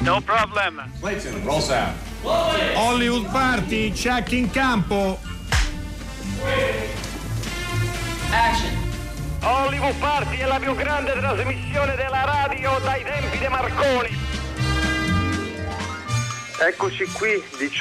No problem. Clayton, roll sound. Hollywood Party, check in campo. Action. Hollywood Party è la più grande trasmissione della radio dai tempi di Marconi. Eccoci qui,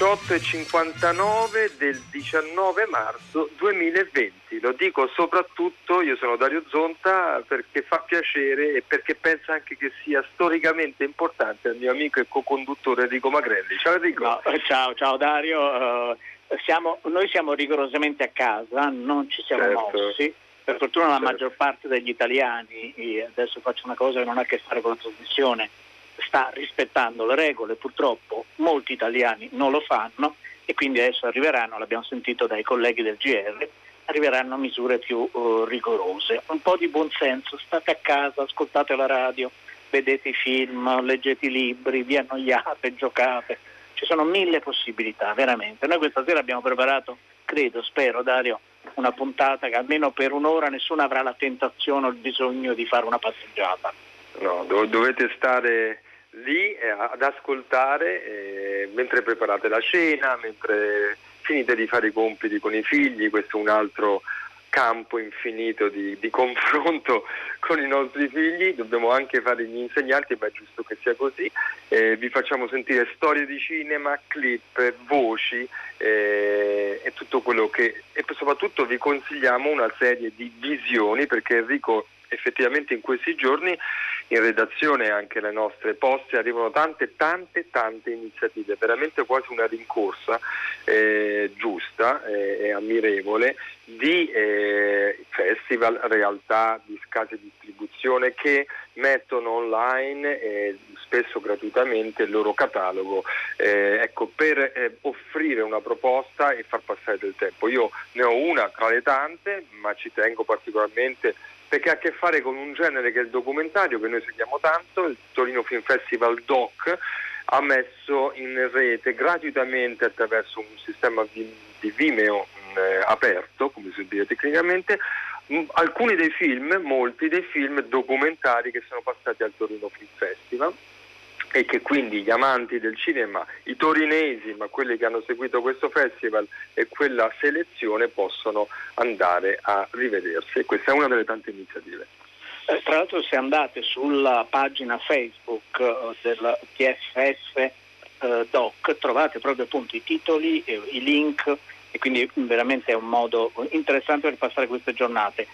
18:59 del 19 marzo 2020. Lo dico soprattutto, io sono Dario Zonta, perché fa piacere e perché penso anche che sia storicamente importante al mio amico e co-conduttore Enrico Magrelli. Ciao Enrico. No, ciao Dario, noi siamo rigorosamente a casa, non ci siamo mossi. Per fortuna la maggior parte degli italiani, adesso faccio una cosa che non ha a che fare con la trasmissione, sta rispettando le regole. Purtroppo molti italiani non lo fanno e quindi adesso arriveranno, l'abbiamo sentito dai colleghi del GR, arriveranno misure più rigorose. Un po' di buonsenso, state a casa, ascoltate la radio, vedete i film, leggete i libri, vi annoiate, giocate. Ci sono mille possibilità, veramente. Noi questa sera abbiamo preparato, spero Dario, una puntata che almeno per un'ora nessuno avrà la tentazione o il bisogno di fare una passeggiata. No, dovete stare lì ad ascoltare mentre preparate la cena, mentre finite di fare i compiti con i figli. Questo è un altro campo infinito di confronto con i nostri figli. Dobbiamo anche fare gli insegnanti, ma è giusto che sia così. Vi facciamo sentire storie di cinema, clip, voci e tutto quello che... E soprattutto vi consigliamo una serie di visioni, perché Enrico effettivamente in questi giorni in redazione, anche le nostre poste, arrivano tante iniziative, veramente quasi una rincorsa giusta e ammirevole di festival, realtà di scarsa distribuzione che mettono online spesso gratuitamente il loro catalogo per offrire una proposta e far passare del tempo. Io ne ho una tra le tante, ma ci tengo particolarmente perché ha a che fare con un genere che è il documentario, che noi seguiamo tanto. Il Torino Film Festival Doc ha messo in rete gratuitamente attraverso un sistema di Vimeo aperto, come si dice tecnicamente, alcuni dei film, molti dei film documentari che sono passati al Torino Film Festival e che quindi gli amanti del cinema, i torinesi, ma quelli che hanno seguito questo festival e quella selezione, possono andare a rivedersi. E questa è una delle tante iniziative. Tra l'altro, se andate sulla pagina Facebook del TFF Doc, trovate proprio appunto i titoli, i link, e quindi veramente è un modo interessante per passare queste giornate.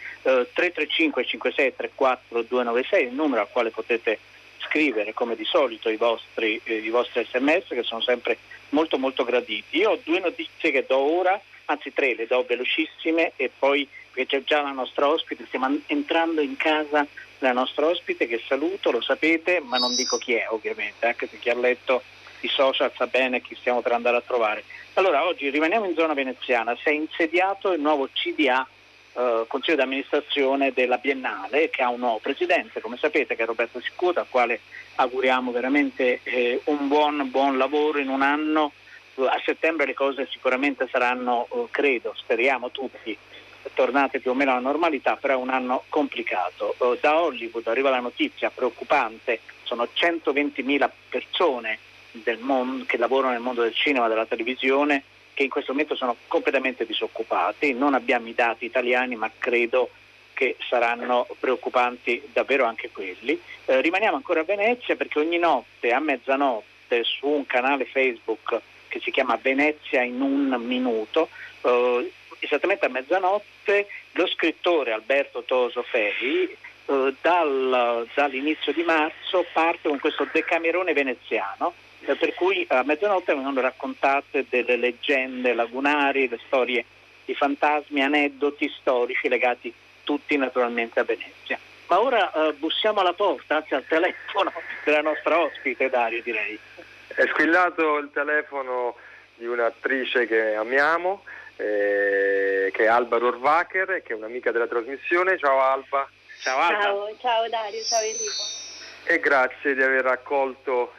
335 56 34 296 il numero al quale potete scrivere come di solito i vostri SMS, che sono sempre molto molto graditi. Io ho due notizie che do ora, anzi tre, le do velocissime, e poi c'è già la nostra ospite, stiamo entrando in casa della nostra ospite, che saluto, lo sapete, ma non dico chi è ovviamente, anche se chi ha letto i social sa bene chi stiamo per andare a trovare. Allora, oggi rimaniamo in zona veneziana, si è insediato il nuovo CDA, Consiglio di amministrazione della Biennale, che ha un nuovo presidente, come sapete, che è Roberto Siccuta, al quale auguriamo veramente un buon lavoro in un anno. A settembre le cose sicuramente saranno, speriamo tutti, tornate più o meno alla normalità, però è un anno complicato. Da Hollywood arriva la notizia preoccupante: sono 120.000 persone del mondo che lavorano nel mondo del cinema e della televisione che in questo momento sono completamente disoccupati. Non abbiamo i dati italiani, ma credo che saranno preoccupanti davvero anche quelli. Rimaniamo ancora a Venezia, perché ogni notte a mezzanotte su un canale Facebook che si chiama Venezia in un minuto, esattamente a mezzanotte, lo scrittore Alberto Toso Fei dall'inizio di marzo parte con questo Decamerone veneziano, per cui a mezzanotte vengono raccontate delle leggende lagunari, le storie di fantasmi, aneddoti storici legati tutti naturalmente a Venezia. Ma ora bussiamo alla porta, anzi al telefono della nostra ospite, Dario, direi. È squillato il telefono di un'attrice che amiamo, che è Alba Rohrwacher, che è un'amica della trasmissione. Ciao Alba. Ciao Alba. Ciao Dario, ciao Enrico. E grazie di aver accolto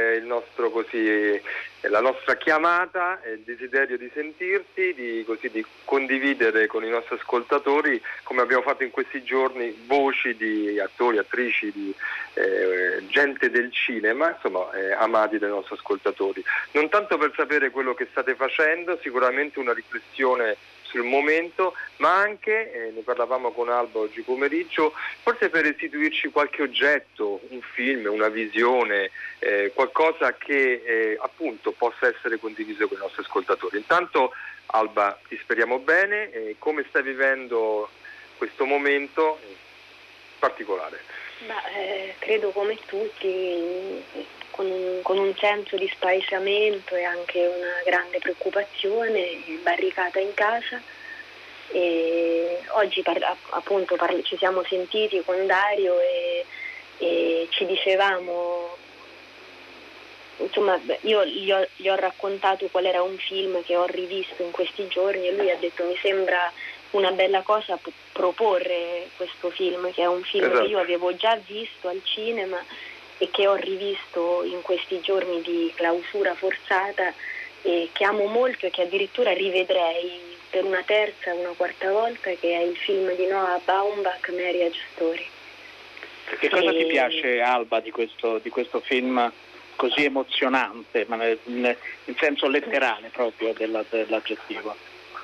la nostra chiamata, il desiderio di sentirti, di condividere con i nostri ascoltatori, come abbiamo fatto in questi giorni, voci di attori, attrici, di gente del cinema, insomma, amati dai nostri ascoltatori. Non tanto per sapere quello che state facendo, sicuramente una riflessione sul momento, ma anche, ne parlavamo con Alba oggi pomeriggio, forse per restituirci qualche oggetto, un film, una visione, qualcosa che appunto possa essere condiviso con i nostri ascoltatori. Intanto Alba, ti speriamo bene, come stai vivendo questo momento in particolare? Credo come tutti, con un senso di spaesamento e anche una grande preoccupazione, barricata in casa. E oggi ci siamo sentiti con Dario e ci dicevamo, insomma, io gli ho raccontato qual era un film che ho rivisto in questi giorni e lui ha detto: mi sembra una bella cosa proporre questo film, che è un film che io avevo già visto al cinema e che ho rivisto in questi giorni di clausura forzata e che amo molto e che addirittura rivedrei per una terza, una quarta volta, che è il film di Noah Baumbach, Marriage Story. Che cosa ti piace, Alba, di questo film così emozionante, ma nel senso letterale proprio dell'aggettivo?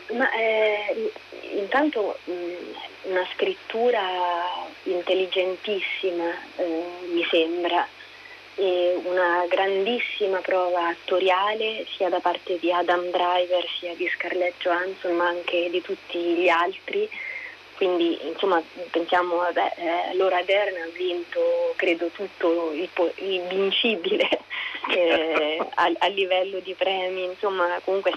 Intanto una scrittura intelligentissima, mi sembra, e una grandissima prova attoriale sia da parte di Adam Driver sia di Scarlett Johansson, ma anche di tutti gli altri. Quindi insomma pensiamo, Laura Dern ha vinto credo tutto il vincibile a livello di premi, insomma comunque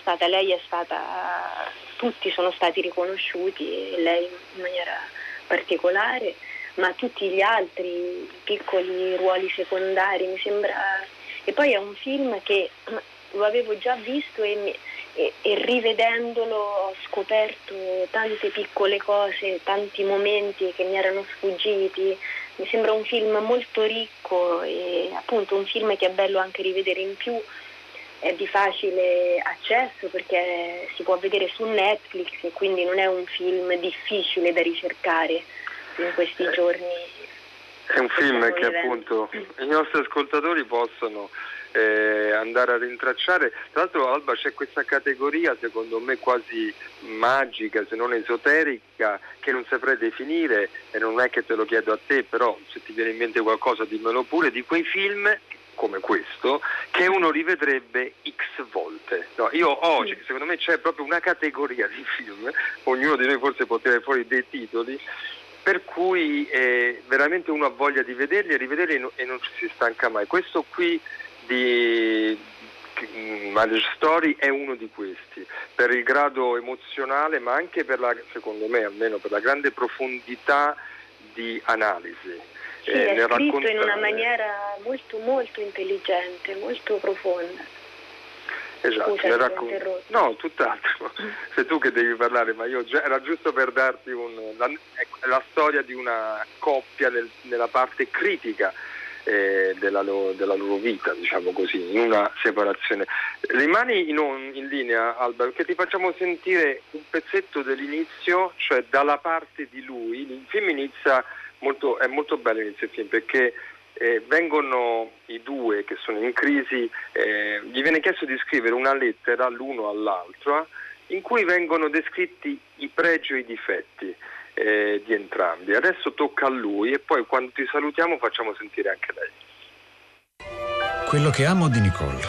tutti sono stati riconosciuti e lei in maniera particolare, ma tutti gli altri piccoli ruoli secondari, mi sembra. E poi è un film che lo avevo già visto e rivedendolo ho scoperto tante piccole cose, tanti momenti che mi erano sfuggiti. Mi sembra un film molto ricco e appunto un film che è bello anche rivedere in più. È di facile accesso perché si può vedere su Netflix e quindi non è un film difficile da ricercare in questi giorni. È un film che appunto i nostri ascoltatori possono andare a rintracciare. Tra l'altro, Alba, c'è questa categoria secondo me quasi magica, se non esoterica, che non saprei definire, e non è che te lo chiedo a te, però se ti viene in mente qualcosa dimmelo pure, di quei film come questo che uno rivedrebbe x volte. No, io oggi secondo me c'è proprio una categoria di film, ognuno di noi forse può tirare fuori dei titoli, per cui veramente uno ha voglia di vederli e rivederli e non ci si stanca mai. Questo qui di Marriage Story è uno di questi, per il grado emozionale, ma anche secondo me almeno per la grande profondità di analisi. Sì, è scritto in una maniera molto molto intelligente, molto profonda. Esatto. Scusa, no, tutt'altro. Sei tu che devi parlare, ma era giusto per darti la storia di una coppia nella parte critica della loro vita, diciamo così, in una separazione. Rimani in linea, Alba, perché ti facciamo sentire un pezzetto dell'inizio, cioè dalla parte di lui. Il film inizia è molto bello l'inizio del film perché vengono i due che sono in crisi, gli viene chiesto di scrivere una lettera l'uno all'altro in cui vengono descritti i pregi e i difetti di entrambi. Adesso tocca a lui e poi quando ti salutiamo facciamo sentire anche lei. Quello che amo di Nicole: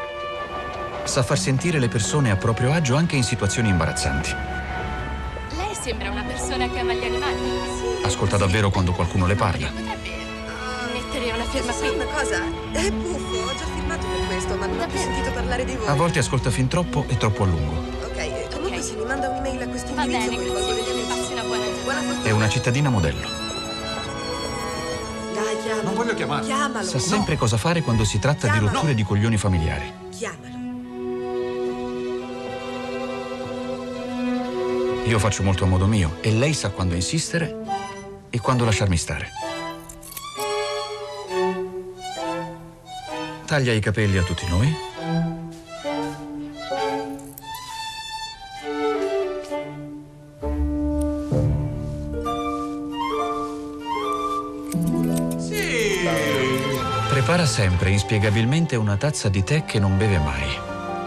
sa far sentire le persone a proprio agio anche in situazioni imbarazzanti. Lei sembra una persona che ama gli animali. Ascolta davvero quando qualcuno le parla. Potrebbe mettere una firma qui. Una cosa, è buffo, ho già firmato per questo, ma non ho più sentito parlare di voi. A volte ascolta fin troppo e troppo a lungo. Ok, comunque se mi manda un'email a questo Va indirizzo bene, coinvolgo così degli amici. passi una buona giornata. Buona fortuna. È una cittadina modello. Dai, chiamalo. Non voglio chiamarlo. Chiamalo. Sa sempre cosa fare quando si tratta di rotture di coglioni familiari. Chiamalo. Io faccio molto a modo mio e lei sa quando insistere e quando lasciarmi stare. taglia i capelli a tutti noi? Sì. Prepara sempre inspiegabilmente una tazza di tè che non beve mai.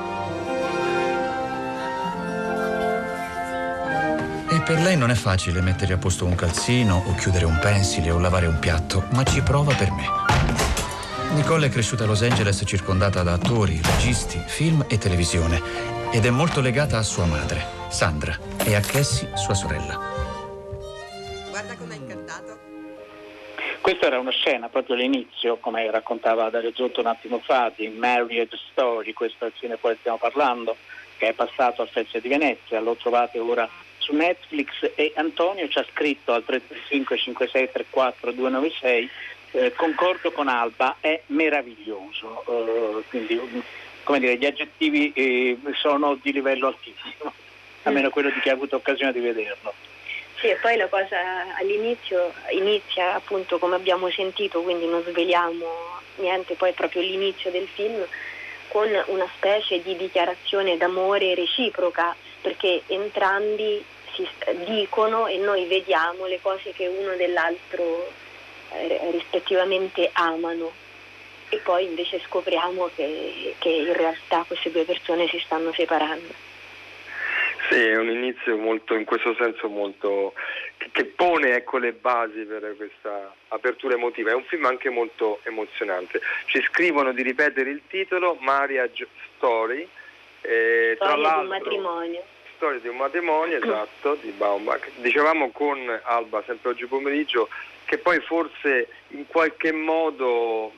E per lei non è facile mettere a posto un calzino o chiudere un pensile o lavare un piatto, ma ci prova per me. Nicole è cresciuta a Los Angeles circondata da attori, registi, film e televisione ed è molto legata a sua madre, Sandra, e a Cassie, sua sorella. Guarda com'è incantato. Questa era una scena proprio all'inizio, come raccontava Dario Zotto un attimo fa, di Marriage Story, questo è il film di cui stiamo parlando, che è passato al Festival di Venezia, lo trovate ora su Netflix, e Antonio ci ha scritto al 335 56 34 296, concordo con Alba, è meraviglioso, quindi come dire, gli aggettivi sono di livello altissimo, almeno quello di chi ha avuto occasione di vederlo. Sì, e poi la cosa all'inizio inizia appunto come abbiamo sentito, quindi non sveliamo niente, poi proprio l'inizio del film con una specie di dichiarazione d'amore reciproca, perché entrambi si dicono e noi vediamo le cose che uno dell'altro rispettivamente amano, e poi invece scopriamo che in realtà queste due persone si stanno separando. Sì, è un inizio molto, in questo senso molto, che pone le basi per questa apertura emotiva. È un film anche molto emozionante. Ci scrivono di ripetere il titolo, Marriage Story, tra l'altro, di un matrimonio. Storia di un matrimonio, esatto, di Baumbach. Dicevamo con Alba sempre oggi pomeriggio che poi forse in qualche modo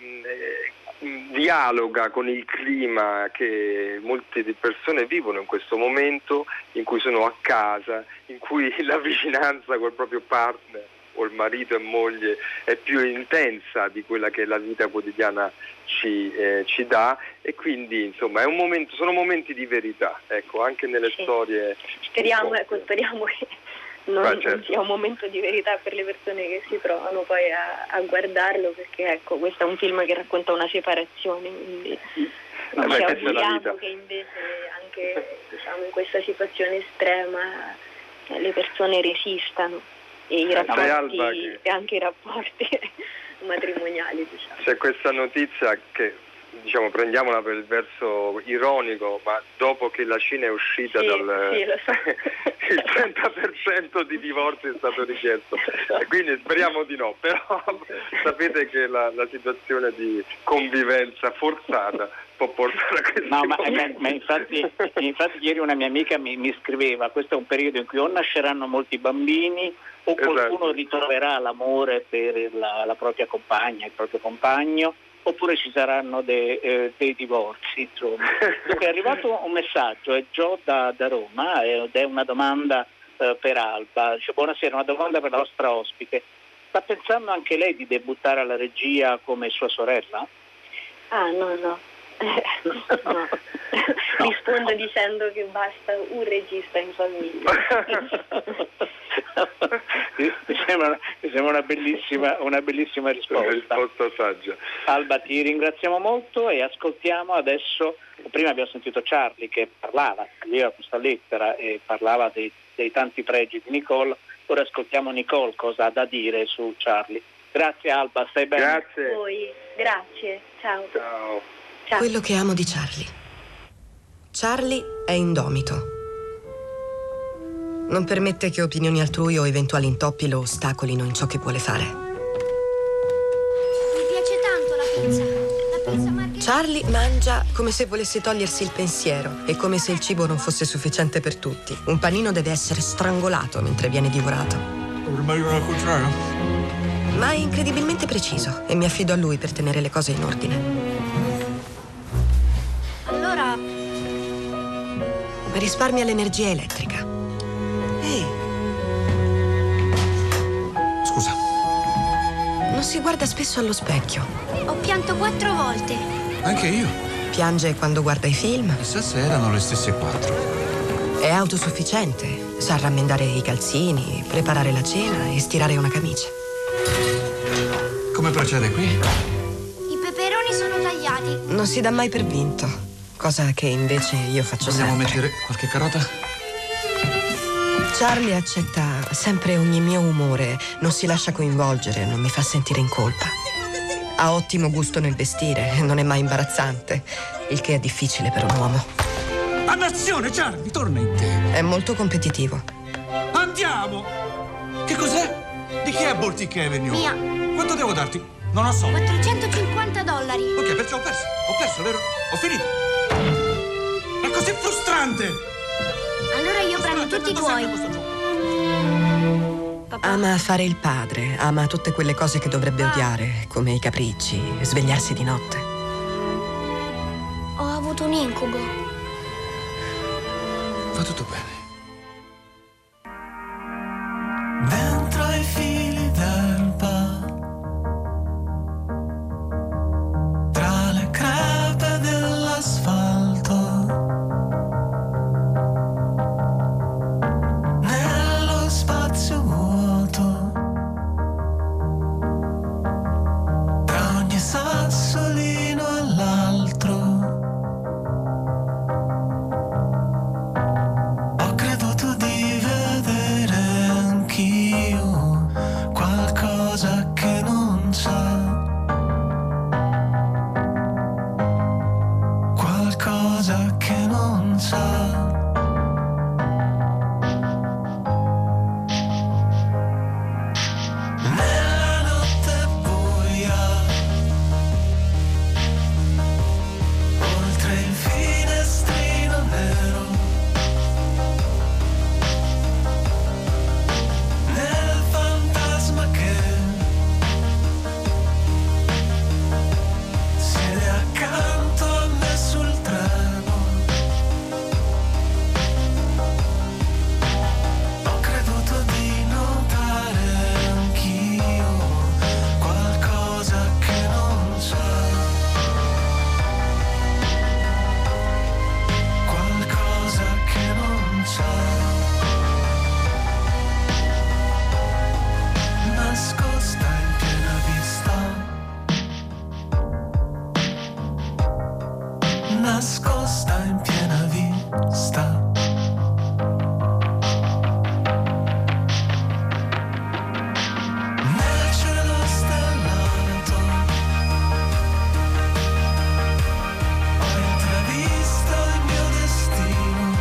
dialoga con il clima che molte persone vivono in questo momento, in cui sono a casa, in cui la vicinanza col proprio partner o il marito e moglie è più intensa di quella che la vita quotidiana ci dà, e quindi insomma è un momento, sono momenti di verità, ecco, anche nelle storie. Speriamo che non sia un momento di verità per le persone che si trovano poi a guardarlo, perché ecco, questo è un film che racconta una separazione, quindi ci auguriamo che invece anche in questa situazione estrema le persone resistano e i rapporti e anche i rapporti matrimoniali. C'è questa notizia che prendiamola per il verso ironico, ma dopo che la Cina è uscita lo so. il 30% di divorzi è stato richiesto, quindi speriamo di no, però sapete che la situazione di convivenza forzata può portare a questo. No, ma infatti ieri una mia amica mi scriveva: questo è un periodo in cui o nasceranno molti bambini o qualcuno ritroverà l'amore per la propria compagna, il proprio compagno, oppure ci saranno dei divorzi, insomma. È arrivato un messaggio, è Gio da Roma, ed è una domanda per Alba. Dice: buonasera, una domanda per la nostra ospite. Sta pensando anche lei di debuttare alla regia come sua sorella? No. Rispondo dicendo che basta un regista in famiglia. Mi sembra una bellissima risposta. Una risposta saggia. Alba, ti ringraziamo molto e ascoltiamo adesso. Prima abbiamo sentito Charlie che scriveva questa lettera e parlava dei tanti pregi di Nicole. Ora ascoltiamo Nicole cosa ha da dire su Charlie. Grazie Alba, stai bene? Grazie. Voi, grazie, ciao. Quello che amo di Charlie. Charlie è indomito. Non permette che opinioni altrui o eventuali intoppi lo ostacolino in ciò che vuole fare. Mi piace tanto la pizza. La pizza margherita. Charlie mangia come se volesse togliersi il pensiero e come se il cibo non fosse sufficiente per tutti. Un panino deve essere strangolato mentre viene divorato. Ma è incredibilmente preciso e mi affido a lui per tenere le cose in ordine. Allora, risparmia l'energia elettrica. Ehi. Scusa. Non si guarda spesso allo specchio. ho pianto 4 volte. Anche io. Piange quando guarda i film. Chissà se erano le stesse 4. È autosufficiente. Sa rammendare i calzini, preparare la cena e stirare una camicia. Come procede qui? I peperoni sono tagliati, avanti. Non si dà mai per vinto, cosa che invece io faccio Possiamo sempre. mettere qualche carota? Charlie accetta sempre ogni mio umore, non si lascia coinvolgere, non mi fa sentire in colpa. Ha ottimo gusto nel vestire, non è mai imbarazzante, il che è difficile per un uomo. Dannazione, Charlie, torna in te. È molto competitivo. Andiamo! Che cos'è? Di chi è Baltic Avenue? Mia. Quanto devo darti? Non lo so. $450. Ok, perciò ho perso, vero? Ho finito. È così frustrante! Allora io prendo tutti i tuoi. Ama fare il padre, ama tutte quelle cose che dovrebbe odiare, come i capricci, svegliarsi di notte. Ho avuto un incubo. Va tutto bene. Dentro ai fili d'erba, tra le crepe dell'asfalto, nello spazio vuoto, tra ogni sassolino e l'altro, ho creduto di vedere anch'io qualcosa che non c'è, qualcosa che non c'è. Nella notte buia, oltre il finestrino nero, nel fantasma che siede accanto a me sul treno, ho creduto di notare anch'io qualcosa che non c'è, qualcosa che non c'è, nascosta in piena vista, nascosta in piena vista. Nel cielo stellato ho intravisto il mio destino.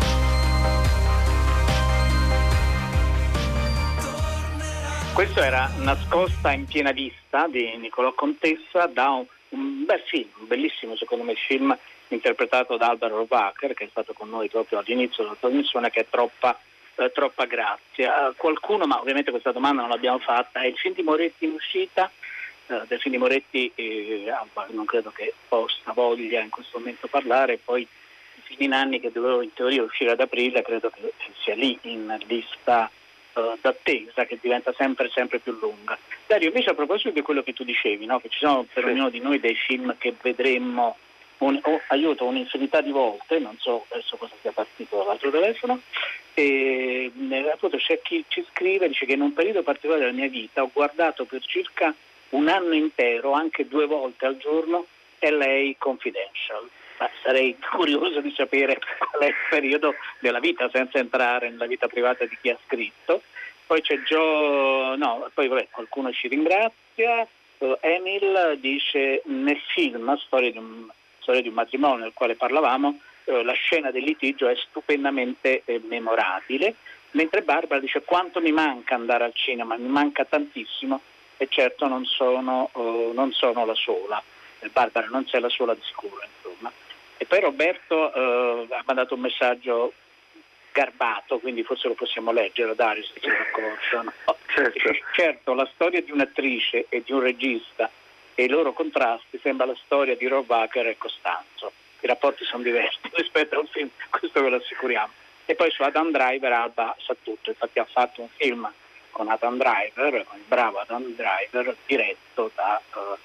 Questo era Nascosta in piena vista di Niccolò Contessa, da un bel film, un bellissimo secondo me film interpretato da Alvaro Robacher, che è stato con noi proprio all'inizio della trasmissione, che è Troppa grazia. Qualcuno, ma ovviamente questa domanda non l'abbiamo fatta, è il film di Moretti in uscita? Del film di Moretti non credo che possa voglia in questo momento parlare, poi il film di Nanni, che doveva in teoria uscire ad aprile, credo che sia lì in lista d'attesa, che diventa sempre più lunga. Dario, invece, a proposito di quello che tu dicevi, no? Che ci sono per ognuno di noi dei film che vedremmo un'infinità di volte, non so adesso cosa sia partito dall'altro telefono, e appunto c'è chi ci scrive, dice che in un periodo particolare della mia vita ho guardato per circa un anno intero, anche 2 volte al giorno, LA Confidential. Ma sarei curioso di sapere qual è il periodo della vita, senza entrare nella vita privata di chi ha scritto. Poi c'è qualcuno ci ringrazia. Emil dice: nel film Storia di un matrimonio del quale parlavamo, la scena del litigio è stupendamente memorabile, mentre Barbara dice: quanto mi manca andare al cinema, mi manca tantissimo, e certo non sono la sola. Barbara non sei la sola di sicuro, insomma. E poi Roberto ha mandato un messaggio garbato, quindi forse lo possiamo leggere, Dario, se sei d'accordo. No? Certo, la storia di un'attrice e di un regista e i loro contrasti sembra la storia di Robacher e Costanzo. I rapporti sono diversi rispetto a un film, questo ve lo assicuriamo. E poi su Adam Driver Alba sa tutto, infatti ha fatto un film con Adam Driver, con il bravo Adam Driver, diretto da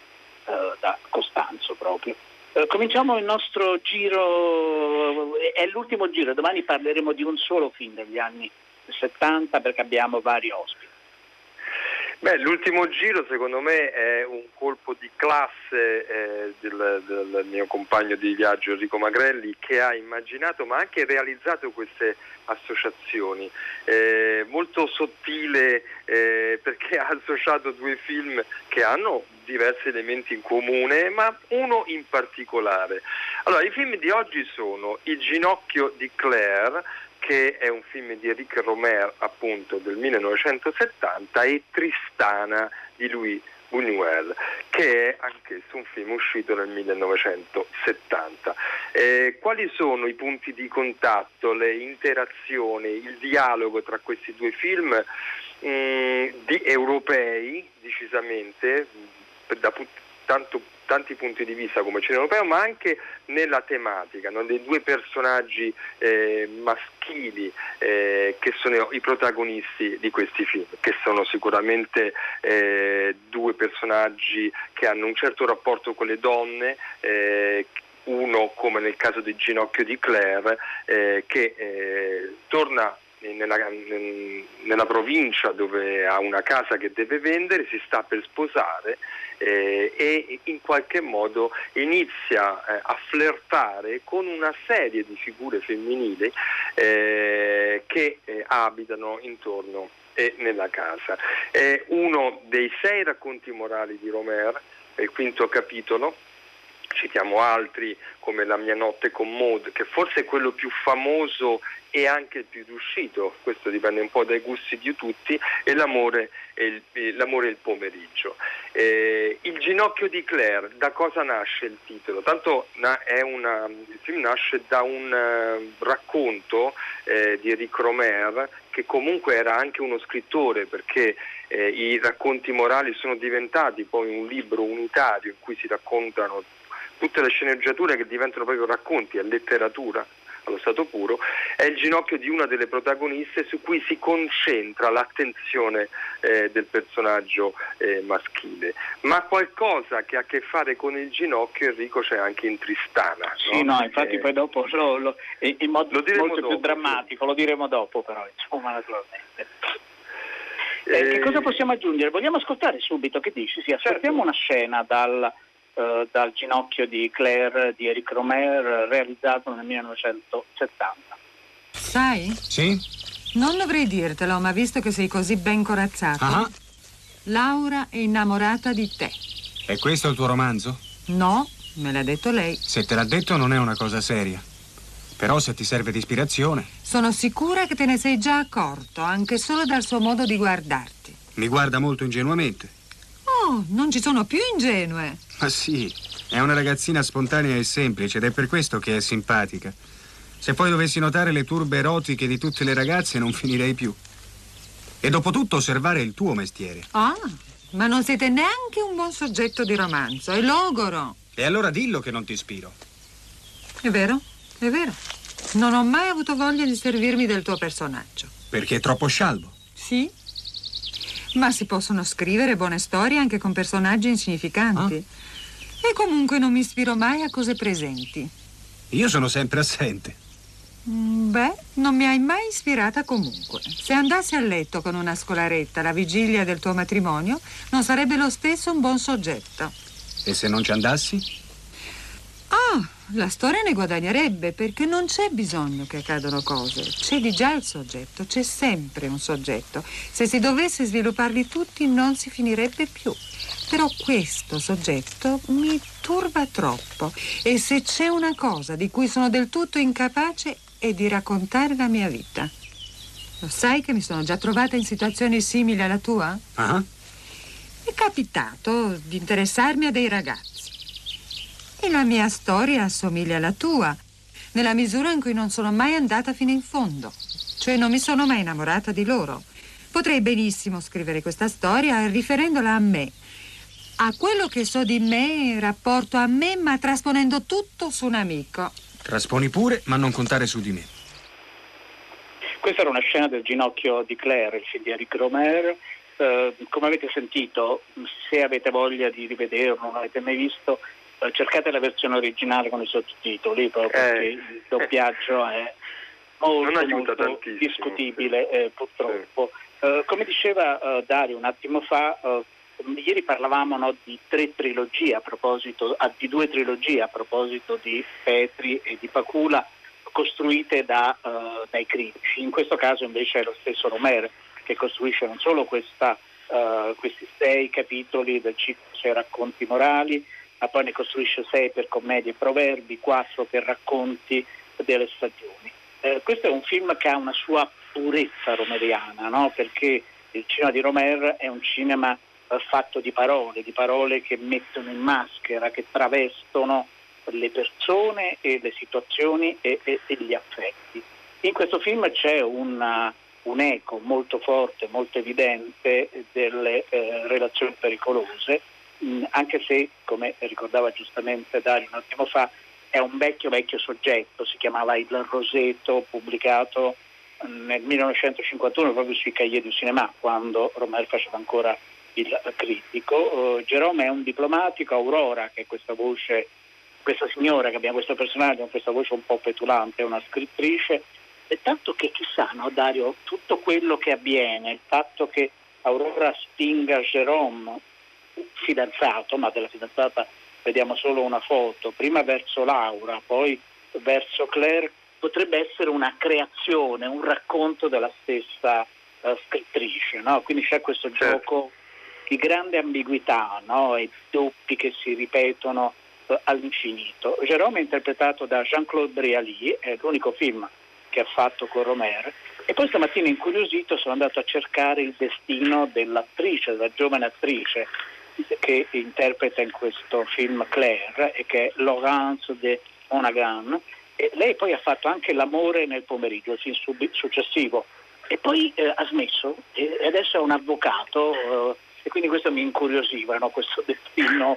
Costanzo proprio. Cominciamo il nostro giro, è l'ultimo giro, domani parleremo di un solo film degli anni 70 perché abbiamo vari ospiti. Beh, l'ultimo giro secondo me è un colpo di classe del mio compagno di viaggio Enrico Magrelli, che ha immaginato ma anche realizzato queste associazioni, molto sottile, perché ha associato due film che hanno diversi elementi in comune, ma uno in particolare. Allora, i film di oggi sono Il ginocchio di Claire, che è un film di Éric Rohmer, appunto, del 1970, e Tristana di Louis Buñuel, che è anch'esso un film uscito nel 1970. Quali sono i punti di contatto, le interazioni, il dialogo tra questi due film europei, decisamente, da tanti punti di vista come cinema europeo, ma anche nella tematica, no? Dei due personaggi maschili che sono i protagonisti di questi film, che sono sicuramente due personaggi che hanno un certo rapporto con le donne, uno, come nel caso di Ginocchio di Claire, che torna nella provincia, dove ha una casa che deve vendere, si sta per sposare e in qualche modo inizia a flirtare con una serie di figure femminili che abitano intorno e nella casa. È uno dei 6 racconti morali di Rohmer, è il 5° capitolo. Citiamo altri come La mia notte con Maud, che forse è quello più famoso e anche il più riuscito, questo dipende un po' dai gusti di tutti, e L'amore e il pomeriggio. Il ginocchio di Claire, da cosa nasce il titolo? Tanto il film nasce da un racconto di Éric Rohmer, che comunque era anche uno scrittore, perché i racconti morali sono diventati poi un libro unitario in cui si raccontano tutte le sceneggiature, che diventano proprio racconti, è letteratura allo stato puro. È il ginocchio di una delle protagoniste su cui si concentra l'attenzione del personaggio maschile, ma qualcosa che ha a che fare con il ginocchio, Enrico, c'è anche in Tristana, no? Sì, no, infatti poi dopo in modo molto dopo, più drammatico, lo diremo dopo, però insomma, naturalmente. Che cosa possiamo aggiungere? Vogliamo ascoltare subito, che dici? Sì, ascoltiamo una scena dal Ginocchio di Claire di Éric Rohmer, realizzato nel 1970. Sai? Sì? Non dovrei dirtelo, ma visto che sei così ben corazzato, Laura è innamorata di te. E questo è il tuo romanzo? No, me l'ha detto lei. Se te l'ha detto non è una cosa seria. Però se ti serve di ispirazione... Sono sicura che te ne sei già accorto, anche solo dal suo modo di guardarti. Mi guarda molto ingenuamente. Oh, non ci sono più ingenue. Ma sì, è una ragazzina spontanea e semplice ed è per questo che è simpatica. Se poi dovessi notare le turbe erotiche di tutte le ragazze non finirei più. E dopotutto osservare è il tuo mestiere. Ah, ma non siete neanche un buon soggetto di romanzo, è logoro. E allora dillo che non ti ispiro. È vero, è vero. Non ho mai avuto voglia di servirmi del tuo personaggio. Perché è troppo scialbo. Sì, ma si possono scrivere buone storie anche con personaggi insignificanti. E comunque non mi ispiro mai a cose presenti. Io sono sempre assente. Beh, non mi hai mai ispirata comunque. Se andassi a letto con una scolaretta la vigilia del tuo matrimonio, non sarebbe lo stesso un buon soggetto. E se non ci andassi? Ah, la storia ne guadagnerebbe, perché non c'è bisogno che accadano cose. C'è di già il soggetto, c'è sempre un soggetto. Se si dovesse svilupparli tutti non si finirebbe più. Però questo soggetto mi turba troppo, e se c'è una cosa di cui sono del tutto incapace è di raccontare la mia vita. Lo sai che mi sono già trovata in situazioni simili alla tua? È capitato di interessarmi a dei ragazzi. E la mia storia assomiglia alla tua, nella misura in cui non sono mai andata fino in fondo. Cioè non mi sono mai innamorata di loro. Potrei benissimo scrivere questa storia riferendola a me, a quello che so di me, in rapporto a me, ma trasponendo tutto su un amico. Trasponi pure, ma non contare su di me. Questa era una scena del Ginocchio di Claire, il film di Éric Rohmer. Come avete sentito, se avete voglia di rivederlo, non l'avete mai visto, cercate la versione originale con i sottotitoli, proprio perché il doppiaggio è molto discutibile, purtroppo. Come diceva Dario un attimo fa, ieri parlavamo di tre trilogie di due trilogie a proposito di Petri e di Pakula, costruite dai critici. In questo caso invece è lo stesso Rohmer che costruisce non solo questi 6 capitoli del ciclo 6 racconti morali, ma poi ne costruisce 6 per commedie e proverbi, 4 per racconti delle stagioni. Questo è un film che ha una sua purezza romeriana, no? Perché il cinema di Rohmer è un cinema fatto di parole che mettono in maschera, che travestono le persone e le situazioni e gli affetti. In questo film c'è un eco molto forte, molto evidente delle relazioni pericolose, anche se, come ricordava giustamente Dario un attimo fa, è un vecchio soggetto, si chiamava Il Roseto, pubblicato nel 1951 proprio sui Cahiers du Cinéma, quando Rohmer faceva ancora il critico. Jérôme è un diplomatico, Aurora, che è questa voce, questa signora che abbiamo, questo personaggio con questa voce un po' petulante, è una scrittrice, e tanto che chissà, no, Dario, tutto quello che avviene, il fatto che Aurora spinga Jérôme, fidanzato, ma della fidanzata vediamo solo una foto, prima verso Laura, poi verso Claire, potrebbe essere una creazione, un racconto della stessa scrittrice, no? Quindi c'è questo gioco di grande ambiguità, no? E doppi che si ripetono all'infinito. Jérôme è interpretato da Jean-Claude Brialy, è l'unico film che ha fatto con Rohmer, e poi stamattina incuriosito sono andato a cercare il destino dell'attrice, della giovane attrice che interpreta in questo film Claire, e che è Laurence de Monaghan, e lei poi ha fatto anche L'amore nel pomeriggio, il film successivo, e poi ha smesso e adesso è un avvocato, e quindi questo mi incuriosiva, no? Questo destino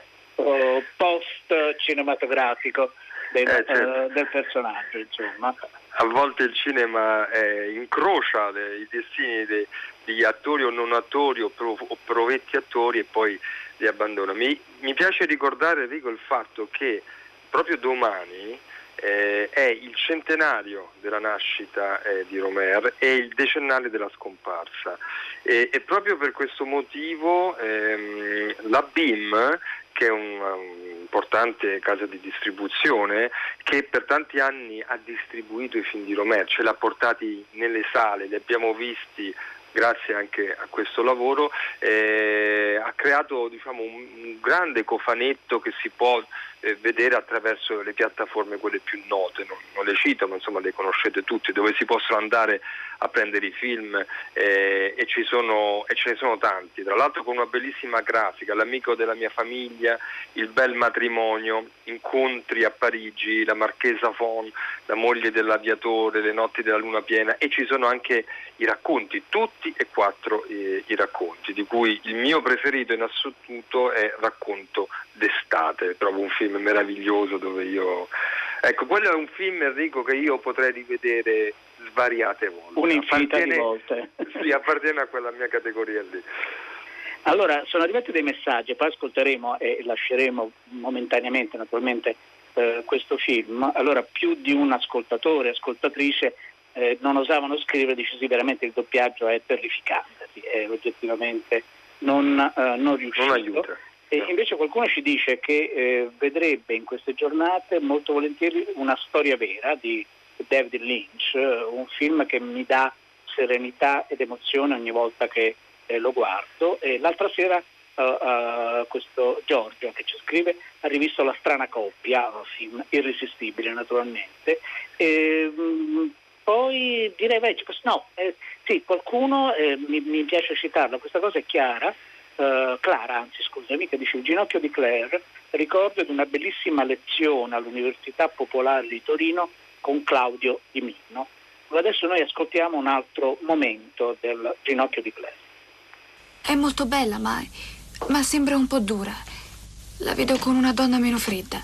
post cinematografico del personaggio, insomma. A volte il cinema incrocia i destini degli attori o non attori o provetti attori e poi li abbandona. Mi piace ricordare, Enrico, il fatto che proprio domani è il centenario della nascita di Rohmer e il decennale della scomparsa, e proprio per questo motivo la BIM, che è un importante casa di distribuzione che per tanti anni ha distribuito i film di Rohmer, ce l'ha portati nelle sale, li abbiamo visti grazie anche a questo lavoro, ha creato, diciamo, un grande cofanetto che si può vedere attraverso le piattaforme quelle più note, non le cito, ma insomma le conoscete tutti, dove si possono andare a prendere i film, e ce ne sono tanti, tra l'altro con una bellissima grafica, L'amico della mia famiglia, Il bel matrimonio, Incontri a Parigi, La marchesa von, La moglie dell'aviatore, Le notti della luna piena, e ci sono anche i racconti, tutti e 4 i racconti, di cui il mio preferito in assoluto è Racconto d'estate, trovo un film meraviglioso dove ecco, quello è un film, Enrico, che io potrei rivedere svariate volte. Un'infinità di volte. Sì, appartiene a quella mia categoria lì. Allora, sono arrivati dei messaggi, poi ascolteremo e lasceremo momentaneamente naturalmente questo film. Allora, più di un ascoltatore, ascoltatrice non osavano scrivere, dice sì, veramente il doppiaggio è terrificante, sì, è oggettivamente non riuscito. Non aiuta. E invece qualcuno ci dice che vedrebbe in queste giornate molto volentieri una storia vera di David Lynch, un film che mi dà serenità ed emozione ogni volta che lo guardo. E l'altra sera questo Giorgio che ci scrive ha rivisto La strana coppia, un film irresistibile naturalmente, e poi direi sì, qualcuno mi piace citarlo, questa cosa è Clara, scusami, che dice Il ginocchio di Claire, ricordo di una bellissima lezione all'Università Popolare di Torino con Claudio Di Mino. Adesso noi ascoltiamo un altro momento del Ginocchio di Claire. È molto bella, ma sembra un po' dura. La vedo con una donna meno fredda.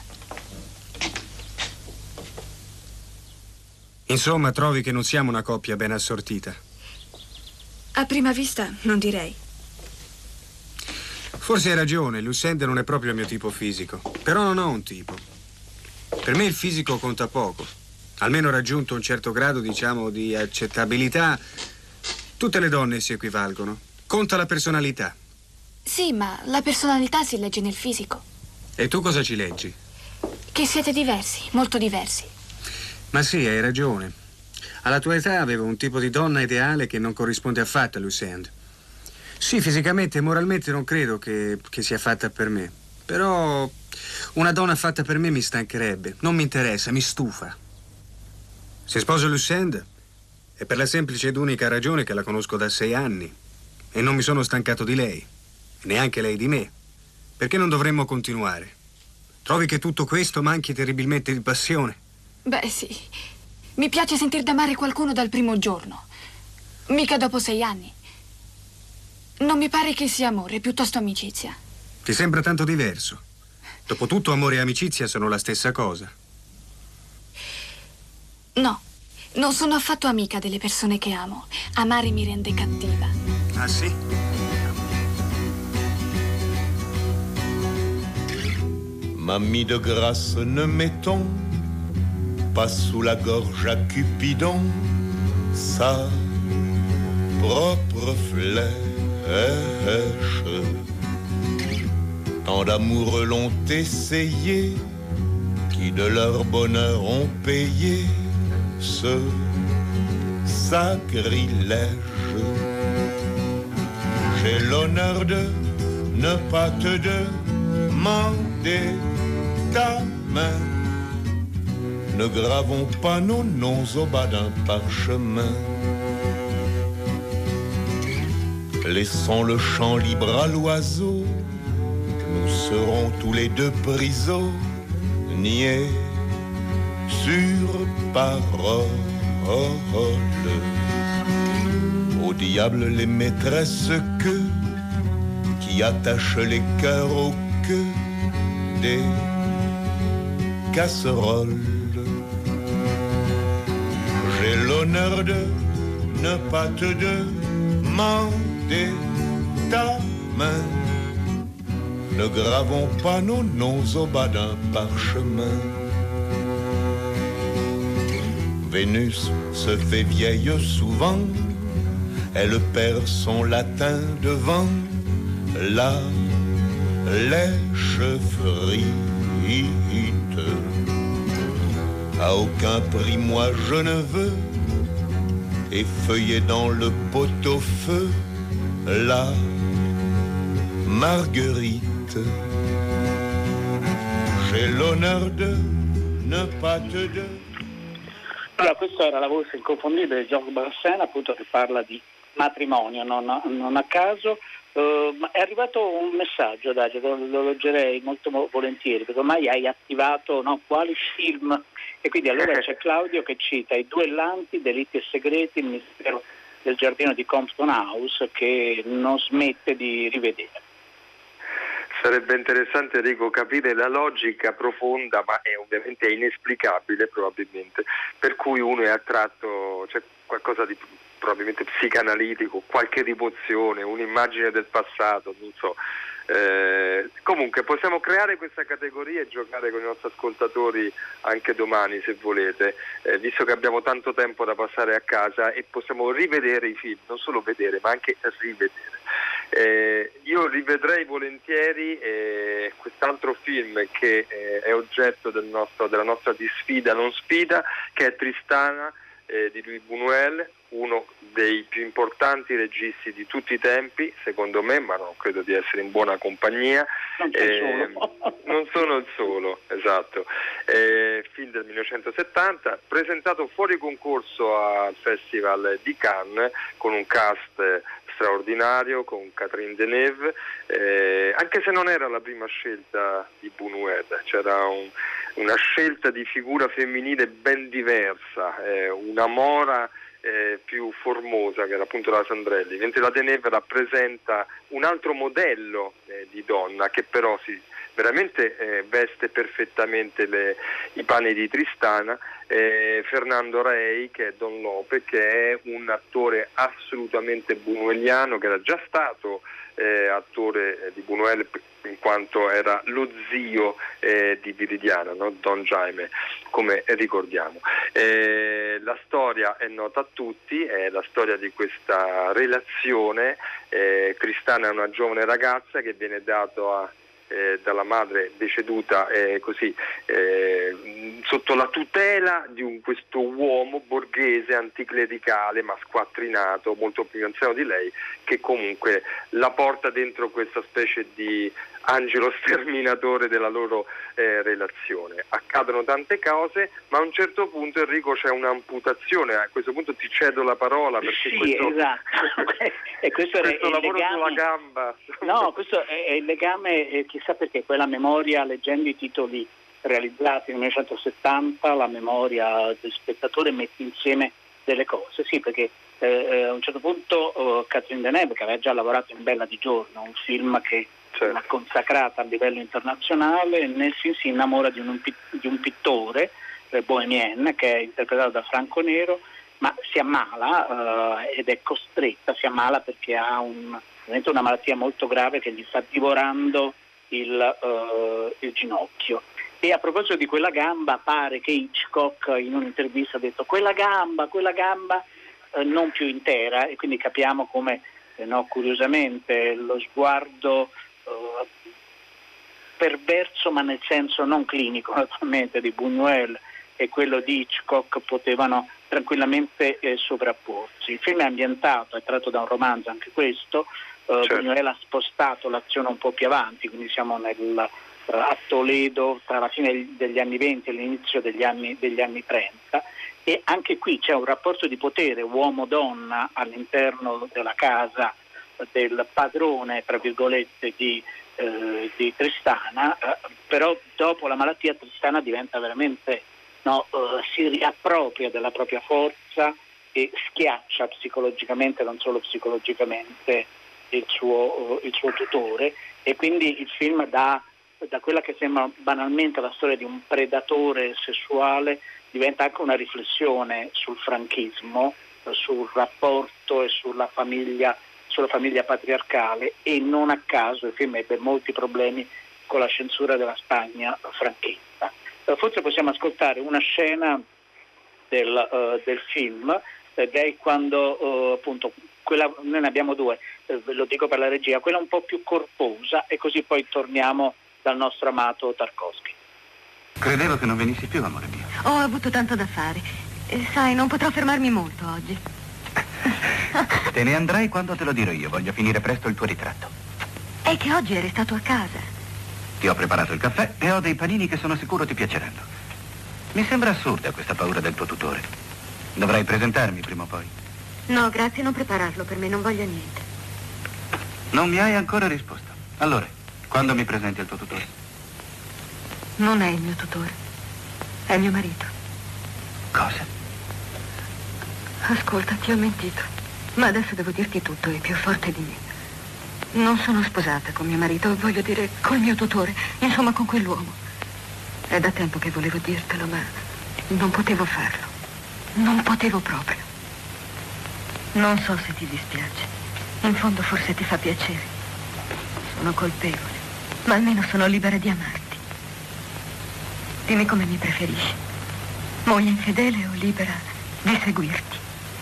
Insomma, trovi che non siamo una coppia ben assortita? A prima vista, non direi. Forse hai ragione, Lucende non è proprio il mio tipo fisico. Però non ho un tipo. Per me il fisico conta poco. Almeno raggiunto un certo grado, diciamo, di accettabilità, Tutte le donne si equivalgono. Conta la personalità. Sì, ma la personalità si legge nel fisico. E tu cosa ci leggi? Che siete diversi, molto diversi. Ma sì, hai ragione. Alla tua età avevo un tipo di donna ideale che non corrisponde affatto a Lucinde. Sì, fisicamente e moralmente non credo che sia fatta per me. Però una donna fatta per me mi stancherebbe. Non mi interessa, mi stufa. Se sposo Lucinde è per la semplice ed unica ragione che la conosco da 6 anni e non mi sono stancato di lei, neanche lei di me. Perché non dovremmo continuare? Trovi che tutto questo manchi terribilmente di passione? Beh, sì. Mi piace sentir d'amare qualcuno dal primo giorno. Mica dopo 6 anni. Non mi pare che sia amore, piuttosto amicizia. Ti sembra tanto diverso? Dopotutto amore e amicizia sono la stessa cosa. No, non sono affatto amica delle persone che amo. Amare mi rende cattiva. Ah, sì? Mamie de grâce, ne mettons pas sous la gorge à Cupidon sa propre flèche. Tant d'amoureux l'ont essayé, qui de leur bonheur ont payé ce sacrilège. J'ai l'honneur de ne pas te demander ta main. Ne gravons pas nos noms au bas d'un parchemin. Laissons le champ libre à l'oiseau. Nous serons tous les deux prisonniers sur parole. Au diable les maîtresses que qui attachent les cœurs aux queues des casseroles. J'ai l'honneur de ne pas te demander ta main. Ne gravons pas nos noms au bas d'un parchemin. Vénus se fait vieille souvent, elle perd son latin devant la lèche frite. À aucun prix moi je ne veux effeuiller dans le pot-au-feu la marguerite. J'ai l'honneur de ne pas te donner. Allora, questa era la voce inconfondibile di Georges Brassens, appunto, che parla di matrimonio, non a caso. Ma è arrivato un messaggio, Dario, lo leggerei molto volentieri, perché ormai hai attivato quali film, e quindi allora c'è Claudio che cita I duellanti, Delitti e segreti, il mistero del giardino di Compton House, che non smette di rivedere. Sarebbe interessante, Enrico, capire la logica profonda, ma ovviamente è inesplicabile probabilmente, per cui uno è attratto, c'è qualcosa di probabilmente psicanalitico, qualche rimozione, un'immagine del passato, non so. Comunque possiamo creare questa categoria e giocare con i nostri ascoltatori anche domani, se volete, visto che abbiamo tanto tempo da passare a casa, e possiamo rivedere i film, non solo vedere ma anche rivedere. Io rivedrei volentieri quest'altro film che è oggetto della nostra di sfida non sfida, che è Tristana di Louis Buñuel, uno dei più importanti registi di tutti i tempi, secondo me, ma non credo di essere in buona compagnia. Non sono il solo, esatto. Film del 1970, presentato fuori concorso al Festival di Cannes con un cast straordinario, con Catherine Deneuve, anche se non era la prima scelta di Buñuel, c'era una scelta di figura femminile ben diversa, una mora più formosa, che era appunto la Sandrelli, mentre la Deneuve rappresenta un altro modello di donna, che però veramente veste perfettamente i panni di Tristana. Fernando Rey, che è Don Lope, che è un attore assolutamente buñueliano, che era già stato attore di Buñuel, in quanto era lo zio di Viridiana, no? Don Jaime, come ricordiamo. La storia è nota a tutti, è la storia di questa relazione. Tristana è una giovane ragazza che viene data dalla madre deceduta sotto la tutela di questo uomo borghese anticlericale ma squattrinato, molto più anziano di lei, che comunque la porta dentro questa specie di angelo sterminatore della loro relazione. Accadono tante cose, ma a un certo punto, Enrico, c'è un'amputazione. A questo punto ti cedo la parola, perché esatto. E questo lavoro legame, sulla gamba. No, questo è il legame, chissà perché, quella memoria, leggendo i titoli realizzati nel 1970, la memoria del spettatore mette insieme delle cose. Sì, perché a un certo punto Catherine Deneuve, che aveva già lavorato in Bella di giorno, un film che l'ha consacrata a livello internazionale, nel film si innamora di un pittore bohemien, che è interpretato da Franco Nero, ma si ammala ed è costretta, si ammala perché ha una malattia molto grave che gli sta divorando il ginocchio. E a proposito di quella gamba, pare che Hitchcock in un'intervista ha detto quella gamba non più intera, e quindi capiamo come curiosamente lo sguardo perverso, ma nel senso non clinico naturalmente, di Buñuel e quello di Hitchcock potevano tranquillamente sovrapporsi. Il film è ambientato, è tratto da un romanzo anche questo. Buñuel ha spostato l'azione un po' più avanti, quindi siamo a Toledo tra la fine degli anni 20 e l'inizio degli anni 30, e anche qui c'è un rapporto di potere uomo-donna all'interno della casa del padrone, tra virgolette, di Tristana, però dopo la malattia Tristana diventa veramente si riappropria della propria forza e schiaccia psicologicamente, non solo psicologicamente, il suo tutore, e quindi il film da quella che sembra banalmente la storia di un predatore sessuale diventa anche una riflessione sul franchismo, sul rapporto e sulla famiglia patriarcale, e non a caso il film ebbe molti problemi con la censura della Spagna franchista. Forse possiamo ascoltare una scena del film, ed è quando appunto noi ne abbiamo due, lo dico per la regia, quella un po' più corposa, e così poi torniamo dal nostro amato Tarkovsky. Credevo che non venissi più, amore mio. Ho avuto tanto da fare. Sai, non potrò fermarmi molto oggi. Te ne andrai quando te lo dirò io. Voglio finire presto il tuo ritratto. È che oggi eri stato a casa. Ti ho preparato il caffè e ho dei panini che sono sicuro ti piaceranno. Mi sembra assurda questa paura del tuo tutore. Dovrai presentarmi prima o poi. No, grazie, non prepararlo per me, non voglio niente. Non mi hai ancora risposto. Allora, quando mi presenti al tuo tutore? Non è il mio tutore, è mio marito. Cosa? Ascolta, ti ho mentito, ma adesso devo dirti tutto, è più forte di me. Non sono sposata con mio marito, voglio dire col mio tutore, insomma con quell'uomo. È da tempo che volevo dirtelo, ma non potevo farlo. Non potevo proprio. Non so se ti dispiace. In fondo forse ti fa piacere. Sono colpevole, ma almeno sono libera di amarti. Dimmi come mi preferisci. Moglie infedele o libera di seguirti?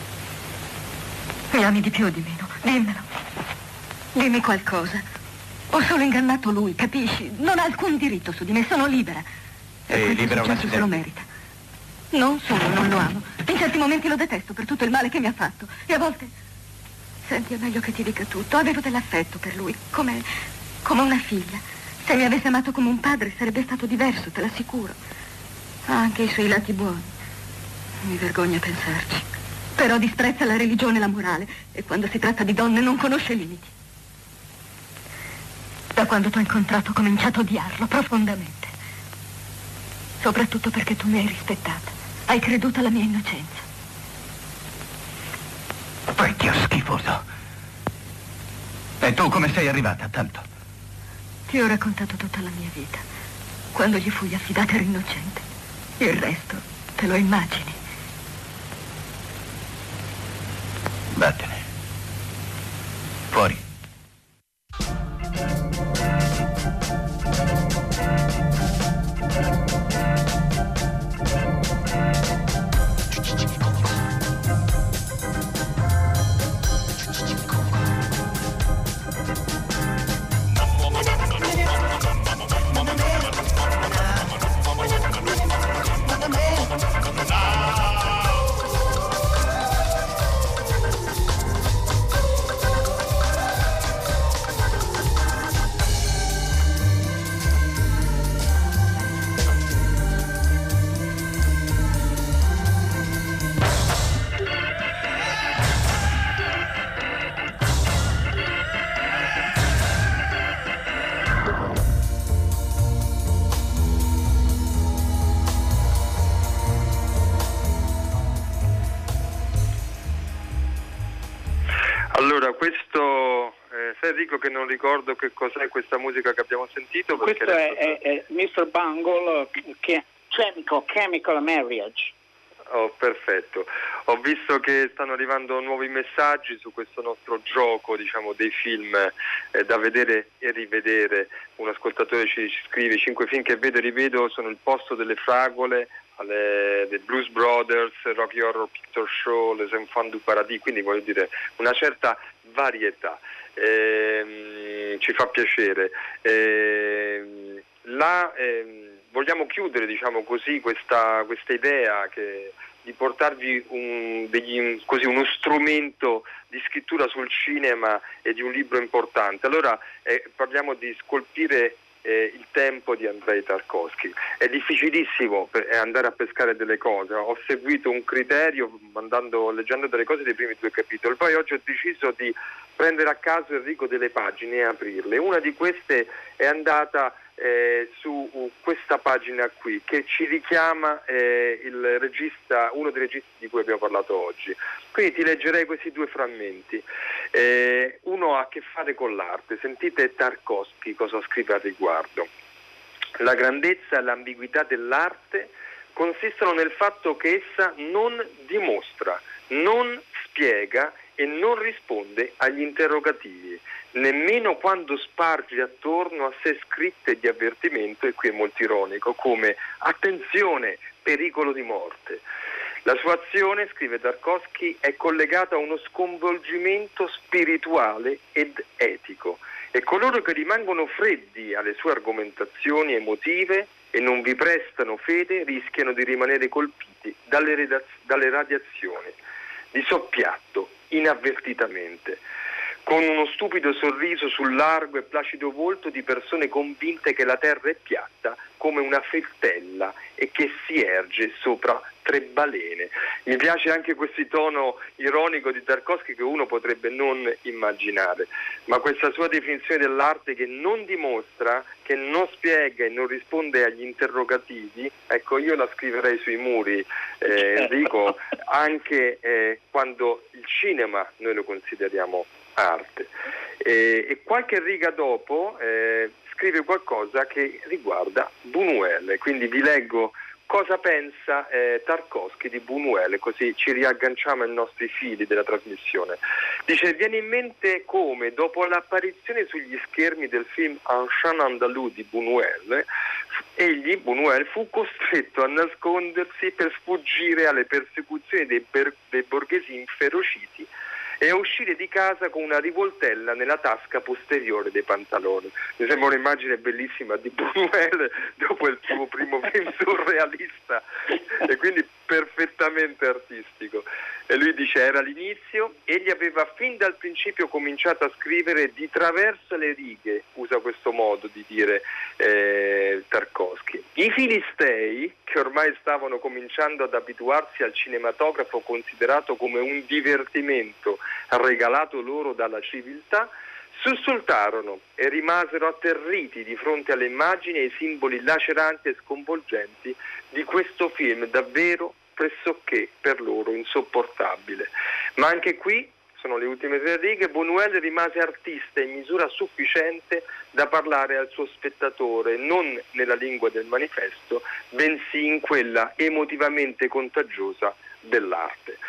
Mi ami di più o di meno? Dimmelo. Dimmi qualcosa. Ho solo ingannato lui, capisci? Non ha alcun diritto su di me, sono libera. E libera un accidente. Se lo merita. Non solo non lo amo, in certi momenti lo detesto per tutto il male che mi ha fatto. E a volte... Senti, è meglio che ti dica tutto. Avevo dell'affetto per lui, come una figlia. Se mi avesse amato come un padre sarebbe stato diverso, te l'assicuro. Ha anche i suoi lati buoni. Mi vergogno a pensarci. Però disprezza la religione e la morale, e quando si tratta di donne non conosce limiti. Da quando t'ho incontrato ho cominciato a odiarlo profondamente. Soprattutto perché tu mi hai rispettata. Hai creduto alla mia innocenza. Vecchio schifoso. E tu come sei arrivata a tanto? Ti ho raccontato tutta la mia vita. Quando gli fui affidata ero innocente. Il resto te lo immagini. Vattene. Fuori. questo sai Enrico che non ricordo che cos'è questa musica che abbiamo sentito. Questo è Mr. Bungle, Chemical Marriage. Oh, perfetto. Ho visto che stanno arrivando nuovi messaggi su questo nostro gioco, diciamo, dei film da vedere e rivedere. Un ascoltatore ci scrive: i 5 film che vedo e rivedo sono Il posto delle fragole, The Blues Brothers, Rocky Horror Picture Show, Les Enfants du Paradis, quindi voglio dire una certa varietà. Ci fa piacere. Vogliamo chiudere, diciamo così, questa idea di portarvi uno strumento di scrittura sul cinema e di un libro importante. Allora parliamo di Scolpire il tempo di Andrei Tarkovsky. È difficilissimo andare a pescare delle cose. Ho seguito un criterio leggendo delle cose dei primi 2 capitoli, poi oggi ho deciso di prendere a caso, Enrico, delle pagine e aprirle. Una di queste è andata su questa pagina qui, che ci richiama uno dei registi di cui abbiamo parlato oggi. Quindi ti leggerei questi 2 frammenti. Uno ha a che fare con l'arte. Sentite Tarkovsky cosa scrive al riguardo. La grandezza e l'ambiguità dell'arte consistono nel fatto che essa non dimostra, non spiega e non risponde agli interrogativi, nemmeno quando sparge attorno a sé scritte di avvertimento, e qui è molto ironico, come attenzione, pericolo di morte. La sua azione, scrive Tarkovsky, è collegata a uno sconvolgimento spirituale ed etico, e coloro che rimangono freddi alle sue argomentazioni emotive e non vi prestano fede rischiano di rimanere colpiti dalle radiazioni, di soppiatto, inavvertitamente, con uno stupido sorriso sul largo e placido volto di persone convinte che la terra è piatta come una fettella e che si erge sopra 3 balene. Mi piace anche questo tono ironico di Tarkovsky che uno potrebbe non immaginare, ma questa sua definizione dell'arte che non dimostra, che non spiega e non risponde agli interrogativi, ecco, io la scriverei sui muri, Enrico, anche quando il cinema noi lo consideriamo arte. E qualche riga dopo scrive qualcosa che riguarda Buñuel, quindi vi leggo cosa pensa Tarkovsky di Buñuel, così ci riagganciamo ai nostri fili della trasmissione. Dice: viene in mente come dopo l'apparizione sugli schermi del film Un chien andalou di Buñuel, Buñuel fu costretto a nascondersi per sfuggire alle persecuzioni dei borghesi inferociti e a uscire di casa con una rivoltella nella tasca posteriore dei pantaloni. Mi sembra un'immagine bellissima di Buñuel dopo il suo primo film surrealista e quindi perfettamente artistico. E lui dice: era l'inizio, egli aveva fin dal principio cominciato a scrivere di traverso le righe, usa questo modo di dire Tarkovsky. I filistei, che ormai stavano cominciando ad abituarsi al cinematografo considerato come un divertimento regalato loro dalla civiltà, sussultarono e rimasero atterriti di fronte alle immagini e ai simboli laceranti e sconvolgenti di questo film davvero pressoché per loro insopportabile. Ma anche qui, sono le ultime 3 righe, Buñuel rimase artista in misura sufficiente da parlare al suo spettatore non nella lingua del manifesto, bensì in quella emotivamente contagiosa dell'arte.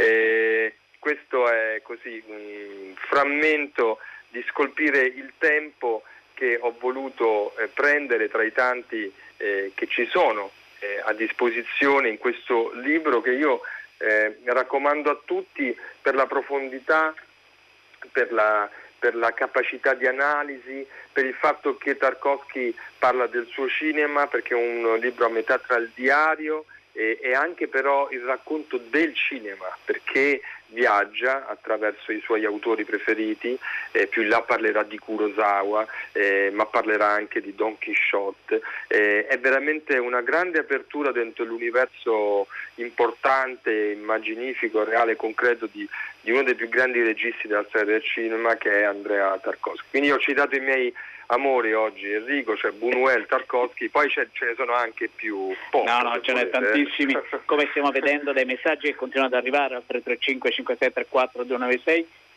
Questo è così un frammento di Scolpire il tempo che ho voluto prendere tra i tanti che ci sono a disposizione in questo libro, che io raccomando a tutti per la profondità, per la capacità di analisi, per il fatto che Tarkovsky parla del suo cinema, perché è un libro a metà tra il diario e anche però il racconto del cinema, perché viaggia attraverso i suoi autori preferiti, più in là parlerà di Kurosawa, ma parlerà anche di Don Chisciotte. È veramente una grande apertura dentro l'universo importante, immaginifico, reale, concreto di uno dei più grandi registi della storia del cinema, che è Andrea Tarkovsky. Quindi ho citato i miei amori oggi, Enrico, c'è Buñuel, Tarkovsky, poi ce ne sono anche più pochi. No, ce n'è tantissimi, come stiamo vedendo dai messaggi che continuano ad arrivare al 335 5634 296.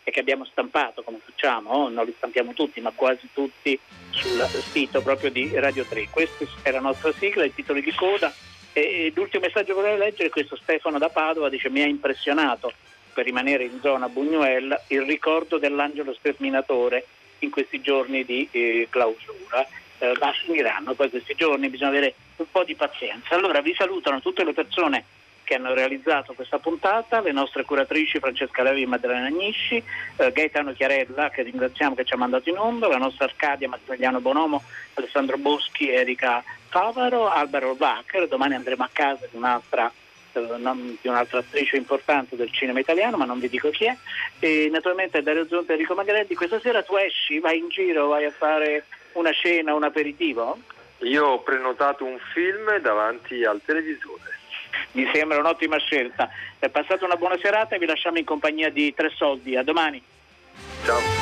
e che abbiamo stampato, come facciamo, non li stampiamo tutti ma quasi tutti, sul sito proprio di Radio 3. Questa è la nostra sigla, i titoli di coda. E l'ultimo messaggio che vorrei leggere è questo: Stefano da Padova dice: mi ha impressionato, per rimanere in zona Buñuel, il ricordo dell'angelo sterminatore in questi giorni di clausura. Ma finiranno poi questi giorni, bisogna avere un po' di pazienza. Allora vi salutano tutte le persone che hanno realizzato questa puntata, le nostre curatrici Francesca Levi e Maddalena Agnisci, Gaetano Chiarella, che ringraziamo, che ci ha mandato in onda, la nostra Arcadia, Massimiliano Bonomo, Alessandro Boschi, Erika Favaro, Alvaro Wacker. Domani andremo a casa di un'altra attrice importante del cinema italiano, ma non vi dico chi è, e naturalmente Dario Zonta e Enrico Magrelli. Questa sera tu esci, vai in giro, vai a fare una cena, un aperitivo? Io ho prenotato un film davanti al televisore. Mi sembra un'ottima scelta. È passata una buona serata e vi lasciamo in compagnia di Tre Soldi. A domani. Ciao.